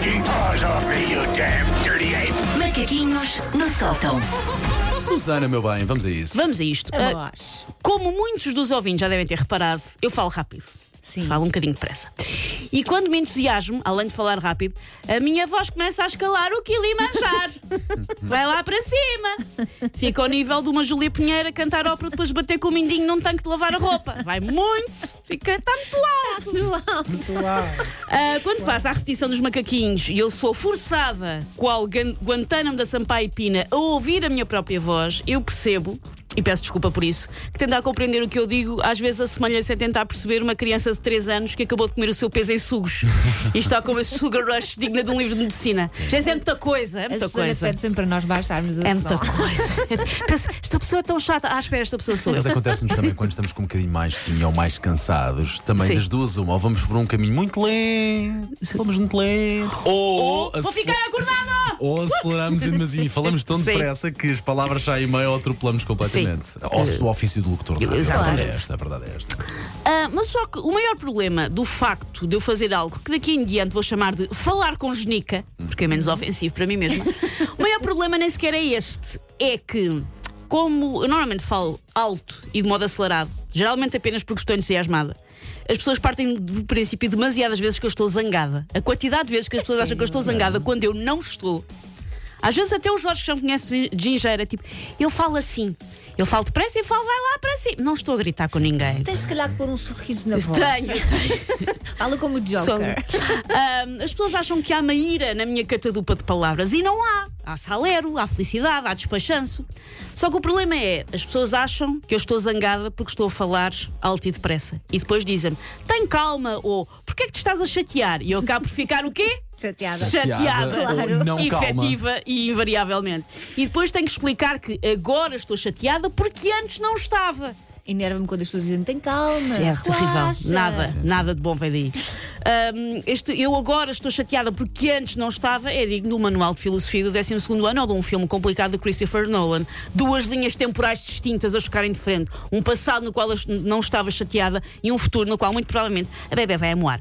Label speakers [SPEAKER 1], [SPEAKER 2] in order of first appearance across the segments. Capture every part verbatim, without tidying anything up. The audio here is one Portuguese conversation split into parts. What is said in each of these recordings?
[SPEAKER 1] stinking paws off me, you damn dirty ape!
[SPEAKER 2] Macaquinhos no sótão.
[SPEAKER 3] Susana, meu bem, vamos a isso.
[SPEAKER 4] Vamos a isto. Ah, como muitos dos ouvintes já devem ter reparado, eu falo rápido.
[SPEAKER 5] Sim.
[SPEAKER 4] Falo um bocadinho depressa. E quando me entusiasmo, além de falar rápido, a minha voz começa a escalar o Kilimanjaro. Vai lá para cima. Fica ao nível de uma Júlia Pinheiro a cantar ópera depois de bater com o mindinho num tanque de lavar a roupa. Vai muito. Fica, está muito alto.
[SPEAKER 5] Muito alto.
[SPEAKER 4] Ah, quando passa a repetição dos macaquinhos e eu sou forçada, qual Gan- Guantánamo da Sampaio Pina, a ouvir a minha própria voz, eu percebo, e peço desculpa por isso, que tentar compreender o que eu digo às vezes assemelha-se a tentar perceber uma criança de três anos que acabou de comer o seu peso em sugos e está com esse sugar rush digna de um livro de medicina. Já é muita coisa, é muita
[SPEAKER 5] A Susana
[SPEAKER 4] coisa.
[SPEAKER 5] pede sempre para nós baixarmos o
[SPEAKER 4] É muita
[SPEAKER 5] som.
[SPEAKER 4] coisa. Penso, esta pessoa é tão chata. Ah, espera, esta pessoa sou eu.
[SPEAKER 3] Mas acontece-nos também quando estamos com um bocadinho mais tinha ou mais cansados, também
[SPEAKER 4] Sim.
[SPEAKER 3] das duas, uma, ou vamos por um caminho muito lento, vamos muito lento, ou,
[SPEAKER 4] Vou
[SPEAKER 3] ace-
[SPEAKER 4] ficar acordada!
[SPEAKER 3] ou aceleramos em demasia e falamos tão
[SPEAKER 4] Sim.
[SPEAKER 3] depressa que as palavras saem meio ou atropelamos completamente. O, o ofício do locutor. Não, é? A
[SPEAKER 4] Exatamente.
[SPEAKER 3] verdade é esta, a verdade é esta.
[SPEAKER 4] Ah, mas só que o maior problema do facto de eu fazer algo que daqui em diante vou chamar de falar com genica, porque é menos ofensivo para mim mesma, o maior problema nem sequer é este. É que, como eu normalmente falo alto e de modo acelerado, geralmente apenas porque estou entusiasmada, as pessoas partem do princípio demasiadas vezes que eu estou zangada. A quantidade de vezes que as pessoas acham que eu estou zangada quando eu não estou. Às vezes até os Jorge que já me conhecem de gingeira, tipo, eu falo assim. Eu falo depressa e falo, vai lá para cima. Não estou a gritar com ninguém.
[SPEAKER 5] Tens se calhar que pôr um sorriso na voz.
[SPEAKER 4] Tenho, tenho.
[SPEAKER 5] Fala como o
[SPEAKER 4] Sou-
[SPEAKER 5] Joker.
[SPEAKER 4] Ahm, as pessoas acham que há uma ira na minha catadupa de palavras e não há. Há salero, há felicidade, há despachanço. Só que o problema é, as pessoas acham que eu estou zangada porque estou a falar alto e depressa. E depois dizem-me, tem calma, ou porquê é que te estás a chatear? E eu acabo por ficar o quê?
[SPEAKER 5] Chateada.
[SPEAKER 4] Chateada,
[SPEAKER 5] Claro.
[SPEAKER 3] Não calma.
[SPEAKER 4] efetiva e invariavelmente. E depois tenho que explicar que agora estou chateada porque antes não estava.
[SPEAKER 5] Enerva-me quando as pessoas dizem tem calma,
[SPEAKER 4] É terrível.
[SPEAKER 5] relaxa.
[SPEAKER 4] Nada, nada de bom vem daí. Ahm, este, eu agora estou chateada porque antes não estava, é digno do manual de filosofia do décimo segundo ano ou de um filme complicado de Christopher Nolan. Duas linhas temporais distintas a chocarem de frente. Um passado no qual eu não estava chateada e um futuro no qual, muito provavelmente, a bebê vai amoar.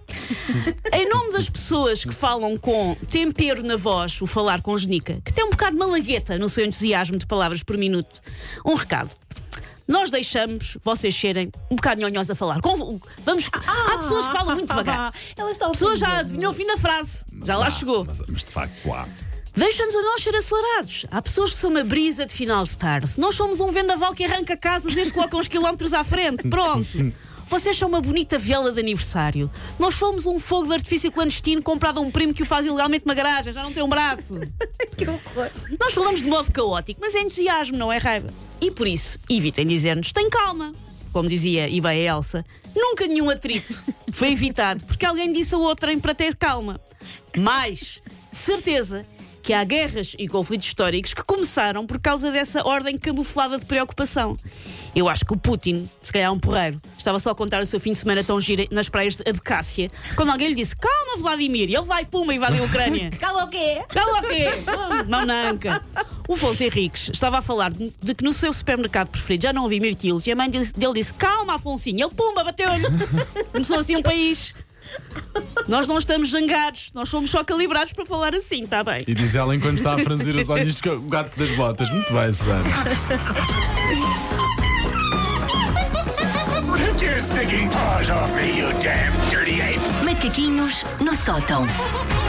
[SPEAKER 4] Em nome das pessoas que falam com tempero na voz, o falar com genica, que tem um bocado de malagueta no seu entusiasmo de palavras por minuto, um recado. Nós deixamos vocês serem um bocado nhonhós a falar. Com- Vamos, há pessoas que falam muito devagar.
[SPEAKER 5] Ela está
[SPEAKER 4] A pessoa já
[SPEAKER 5] ofendendo.
[SPEAKER 4] adivinhou o fim da frase. Já lá
[SPEAKER 3] Há,
[SPEAKER 4] chegou.
[SPEAKER 3] Mas, mas de facto, há.
[SPEAKER 4] Deixa-nos a nós ser acelerados. Há pessoas que são uma brisa de final de tarde. Nós somos um vendaval que arranca casas e eles colocam uns quilómetros à frente. Pronto. Vocês são uma bonita viola de aniversário. Nós somos um fogo de artifício clandestino comprado a um primo que o faz ilegalmente numa garagem. Já não tem um braço.
[SPEAKER 5] Que horror.
[SPEAKER 4] Nós falamos de modo caótico, mas é entusiasmo, não é raiva. E por isso, evitem dizer-nos, tem calma. Como dizia e bem a Elsa, nunca nenhum atrito foi evitado porque alguém disse a outrem para ter calma. Mas, de certeza, que há guerras e conflitos históricos que começaram por causa dessa ordem camuflada de preocupação. Eu acho que o Putin, se calhar um porreiro, estava só a contar o seu fim de semana tão giro nas praias de Abcácia, quando alguém lhe disse, calma Vladimir, e ele vai, puma, invade a Ucrânia.
[SPEAKER 5] Calma o quê?
[SPEAKER 4] Cala o quê? Mão na anca. O Afonso Henriques estava a falar de, de que no seu supermercado preferido já não havia mirtilos e a mãe dele, dele disse, calma Afonsinho, ele pumba, bateu-lhe. Começou assim um país. Nós não estamos zangados, nós somos só calibrados para falar assim, está bem?
[SPEAKER 3] E diz ela enquanto está a franzir os olhos com o gato das botas. Muito bem, Susana.
[SPEAKER 1] Take your stinking paws off me, you damn dirty ape!
[SPEAKER 2] Macaquinhos no sótão.